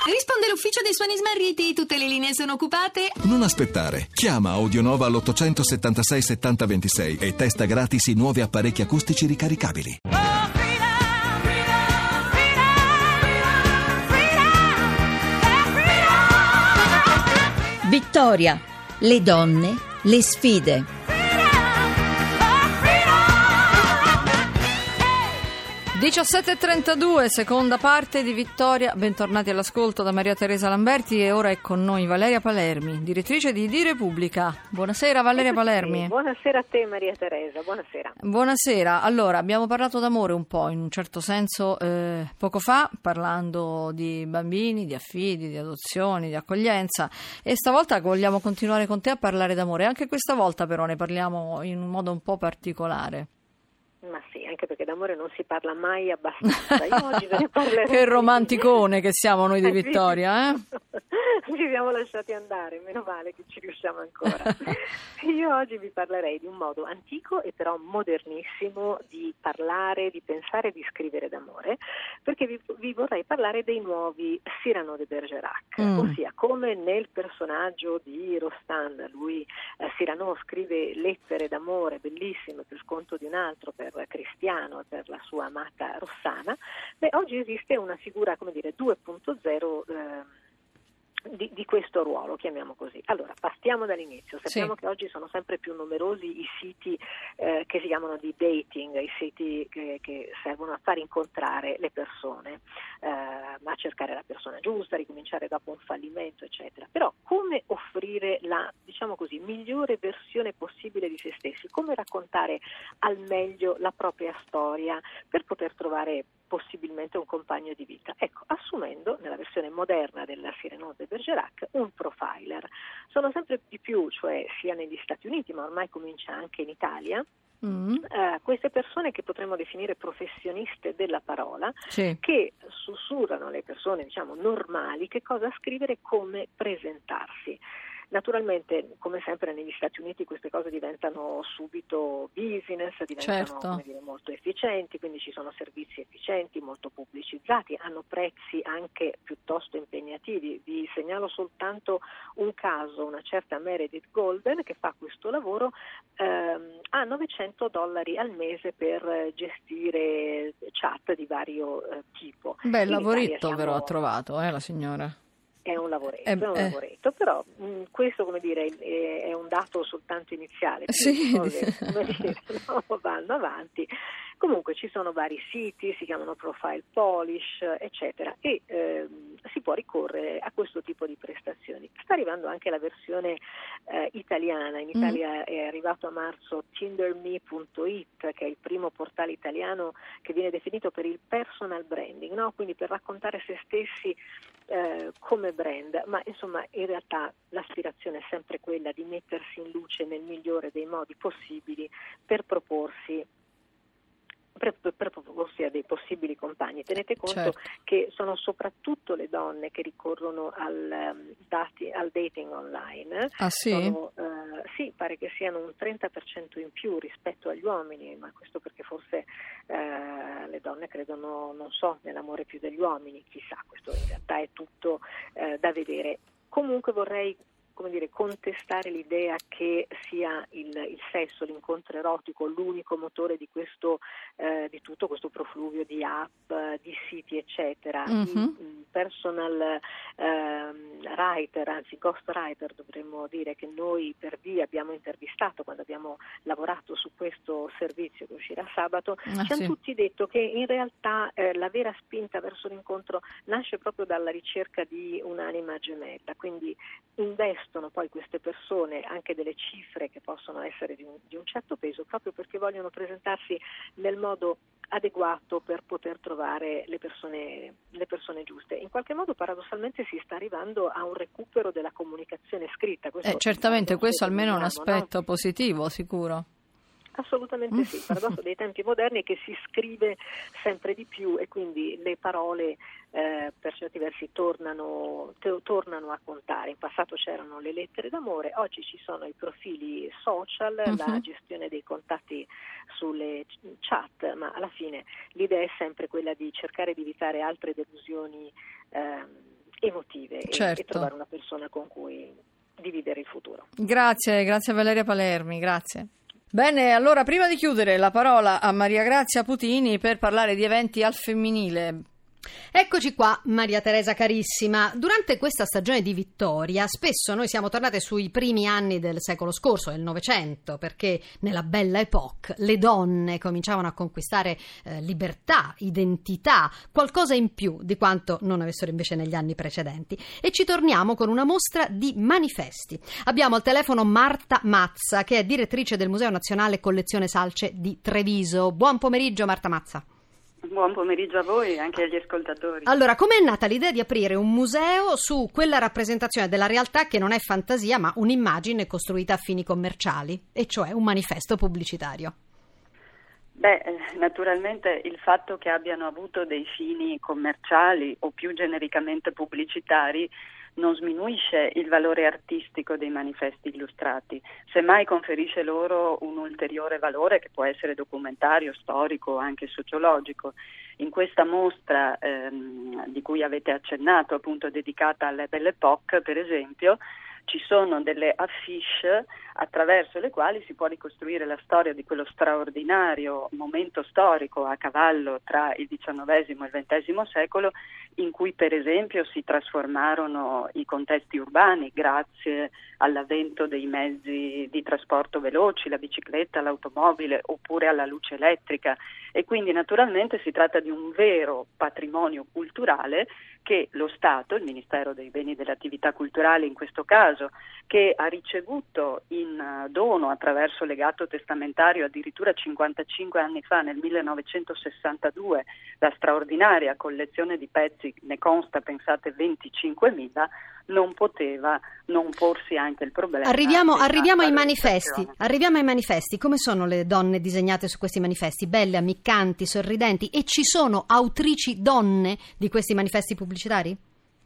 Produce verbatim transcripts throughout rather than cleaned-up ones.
Risponde l'ufficio dei suoni smarriti, tutte le linee sono occupate. Non aspettare. Chiama Audionova all'ottocentosettantasei settanta ventisei e testa gratis i nuovi apparecchi acustici ricaricabili. Vittoria, le donne, le sfide. diciassette e trentadue, seconda parte di Vittoria. Bentornati all'ascolto da Maria Teresa Lamberti e ora è con noi Valeria Palermi, direttrice di Di Repubblica. Buonasera Valeria Palermi. Buonasera a te Maria Teresa, buonasera. Buonasera, allora abbiamo parlato d'amore un po', in un certo senso eh, poco fa, parlando di bambini, di affidi, di adozioni, di accoglienza, e stavolta vogliamo continuare con te a parlare d'amore. Anche questa volta però ne parliamo in un modo un po' particolare. Ma sì, anche perché d'amore non si parla mai abbastanza. Io oggi ve ne parlerò. Che romanticone che siamo noi di Vittoria, eh? Ci siamo lasciati andare, meno male che ci riusciamo ancora. Io oggi vi parlerei di un modo antico e però modernissimo di parlare, di pensare e di scrivere d'amore, perché vi, vi vorrei parlare dei nuovi Cyrano de Bergerac, mm. ossia come nel personaggio di Rostand, lui eh, Cyrano scrive lettere d'amore bellissime per sconto di un altro, per Cristiano e per la sua amata Rossana. Beh, oggi esiste una figura, come dire, due punto zero eh, Di, di questo ruolo, chiamiamo così. Allora, partiamo dall'inizio. Sappiamo sì. che oggi sono sempre più numerosi i siti eh, che si chiamano di dating, i siti che, che servono a far incontrare le persone, eh, a cercare la persona giusta, ricominciare dopo un fallimento, eccetera. Però come offrire la, diciamo così, migliore versione possibile di se stessi? Come raccontare al meglio la propria storia per poter trovare possibilmente un compagno di vita? Ecco, assumendo nella versione moderna della Cyrano de Bergerac un profiler. Sono sempre di più, cioè sia negli Stati Uniti, ma ormai comincia anche in Italia, mm. eh, queste persone che potremmo definire professioniste della parola, sì. che sussurrano alle persone, diciamo, normali che cosa scrivere, come presentarsi. Naturalmente, come sempre negli Stati Uniti, queste cose diventano subito business, diventano certo. come dire, molto efficienti, quindi ci sono servizi efficienti, molto pubblicizzati, hanno prezzi anche piuttosto impegnativi. Vi segnalo soltanto un caso, una certa Meredith Golden che fa questo lavoro, ehm, ha novecento dollari al mese per gestire chat di vario eh, tipo. Bel lavoretto siamo... però ha trovato, eh, la signora. È un lavoretto, eh, è un eh. lavoretto, però mh, questo, come dire, è, è un dato soltanto iniziale. Sì. Cose, come dire, no, vanno avanti. Comunque ci sono vari siti, si chiamano Profile Polish, eccetera, e ehm, si può ricorrere a questo tipo di prestazioni. Sta arrivando anche la versione eh, italiana. In Italia mm. è arrivato a marzo tinderme punto it, che è il primo portale italiano che viene definito per il personal branding, no? Quindi per raccontare se stessi eh, come brand, ma insomma in realtà l'aspirazione è sempre quella di mettersi in luce nel migliore dei modi possibili per proporsi per, per, per proporsi a dei possibili compagni. Tenete conto certo. che sono soprattutto le donne che ricorrono al, um, dati, al dating online. Ah sì? Sono, uh, sì, pare che siano un trenta per cento in più rispetto agli uomini, ma questo perché forse uh, le donne credono, non so, nell'amore più degli uomini, chissà, questo in realtà è tutto uh, da vedere. Comunque vorrei come dire, contestare l'idea che sia il, il sesso, l'incontro erotico, l'unico motore di questo, eh, di tutto questo profluvio di app, di siti, eccetera. Mm-hmm. I personal eh, writer, anzi ghost writer, dovremmo dire che noi per via abbiamo intervistato quando abbiamo lavorato su questo servizio che uscirà sabato, ah, ci hanno sì. tutti detto che in realtà eh, la vera spinta verso l'incontro nasce proprio dalla ricerca di un'anima gemella, quindi investono poi queste persone anche delle cifre che possono essere di un, di un certo peso, proprio perché vogliono presentarsi nel modo adeguato per poter trovare le persone, le persone giuste. In qualche modo paradossalmente si sta arrivando a un recupero della comunicazione scritta. Questo eh, certamente questo almeno è un aspetto no? positivo, sicuro. Assolutamente sì, il paradosso dei tempi moderni è che si scrive sempre di più e quindi le parole eh, per certi versi tornano, te, tornano a contare. In passato c'erano le lettere d'amore, oggi ci sono i profili social, uh-huh. la gestione dei contatti sulle chat, ma alla fine l'idea è sempre quella di cercare di evitare altre delusioni eh, emotive certo. e, e trovare una persona con cui dividere il futuro. Grazie, grazie a Valeria Palermi, grazie. Bene, allora prima di chiudere la parola a Maria Grazia Putini per parlare di eventi al femminile. Eccoci qua, Maria Teresa carissima. Durante questa stagione di vittoria spesso noi siamo tornate sui primi anni del secolo scorso, del Novecento, perché nella Belle Époque le donne cominciavano a conquistare eh, libertà, identità, qualcosa in più di quanto non avessero invece negli anni precedenti. E ci torniamo con una mostra di manifesti. Abbiamo al telefono Marta Mazza, che è direttrice del Museo Nazionale Collezione Salce di Treviso. Buon pomeriggio, Marta Mazza. Buon pomeriggio a voi e anche agli ascoltatori. Allora, com'è nata l'idea di aprire un museo su quella rappresentazione della realtà che non è fantasia, ma un'immagine costruita a fini commerciali, e cioè un manifesto pubblicitario? Beh, naturalmente il fatto che abbiano avuto dei fini commerciali o più genericamente pubblicitari non sminuisce il valore artistico dei manifesti illustrati, semmai conferisce loro un ulteriore valore che può essere documentario, storico o anche sociologico. In questa mostra ehm, di cui avete accennato, appunto dedicata alle Belle Époque, per esempio, ci sono delle affiche attraverso le quali si può ricostruire la storia di quello straordinario momento storico a cavallo tra il diciannovesimo e il ventesimo secolo, in cui per esempio si trasformarono i contesti urbani grazie all'avvento dei mezzi di trasporto veloci, la bicicletta, l'automobile oppure alla luce elettrica, e quindi naturalmente si tratta di un vero patrimonio culturale che lo Stato, il Ministero dei Beni e delle Attività Culturali in questo caso, che ha ricevuto in dono attraverso legato testamentario addirittura cinquantacinque anni fa, nel millenovecentosessantadue, la straordinaria collezione di pezzi, ne consta, pensate, venticinquemila, non poteva non porsi anche il problema. Arriviamo, arriviamo ai manifesti. Arriviamo ai manifesti. Come sono le donne disegnate su questi manifesti? Belle, ammiccanti, sorridenti? E ci sono autrici donne di questi manifesti pubblicitari?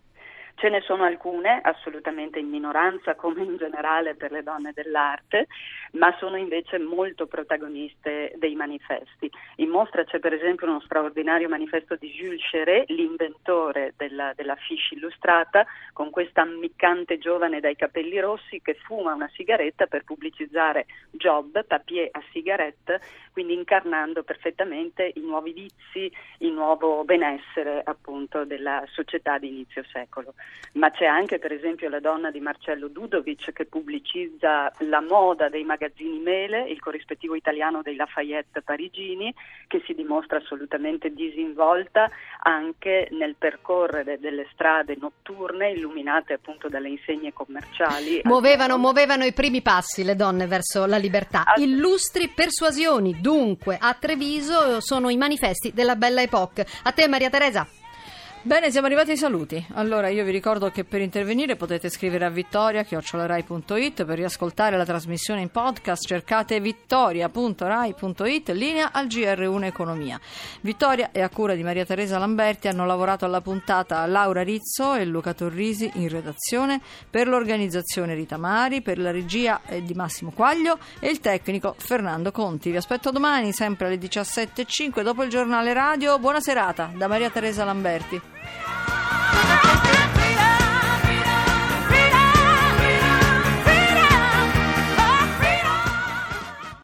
Ce ne sono alcune, assolutamente in minoranza come in generale per le donne dell'arte, ma sono invece molto protagoniste dei manifesti. In mostra c'è per esempio uno straordinario manifesto di Jules Chéret, l'inventore della, dell'affiche illustrata, con questa ammiccante giovane dai capelli rossi che fuma una sigaretta per pubblicizzare Job, papier à cigarette, quindi incarnando perfettamente i nuovi vizi, il nuovo benessere appunto della società di inizio secolo. Ma c'è anche per esempio la donna di Marcello Dudovic che pubblicizza la moda dei magazzini Mele, il corrispettivo italiano dei Lafayette parigini, che si dimostra assolutamente disinvolta anche nel percorrere delle strade notturne illuminate appunto dalle insegne commerciali. Muovevano, muovevano i primi passi le donne verso la libertà. Illustri persuasioni, dunque, a Treviso sono i manifesti della Belle Époque. A te, Maria Teresa. Bene, siamo arrivati ai saluti. Allora io vi ricordo che per intervenire potete scrivere a vittoria chiocciola rai punto it, per riascoltare la trasmissione in podcast cercate vittoria punto rai punto it, linea al G R uno Economia. Vittoria e a cura di Maria Teresa Lamberti hanno lavorato alla puntata Laura Rizzo e Luca Torrisi in redazione, per l'organizzazione Rita Mari, per la regia di Massimo Quaglio e il tecnico Fernando Conti. Vi aspetto domani sempre alle diciassette e cinque dopo il giornale radio. Buona serata da Maria Teresa Lamberti.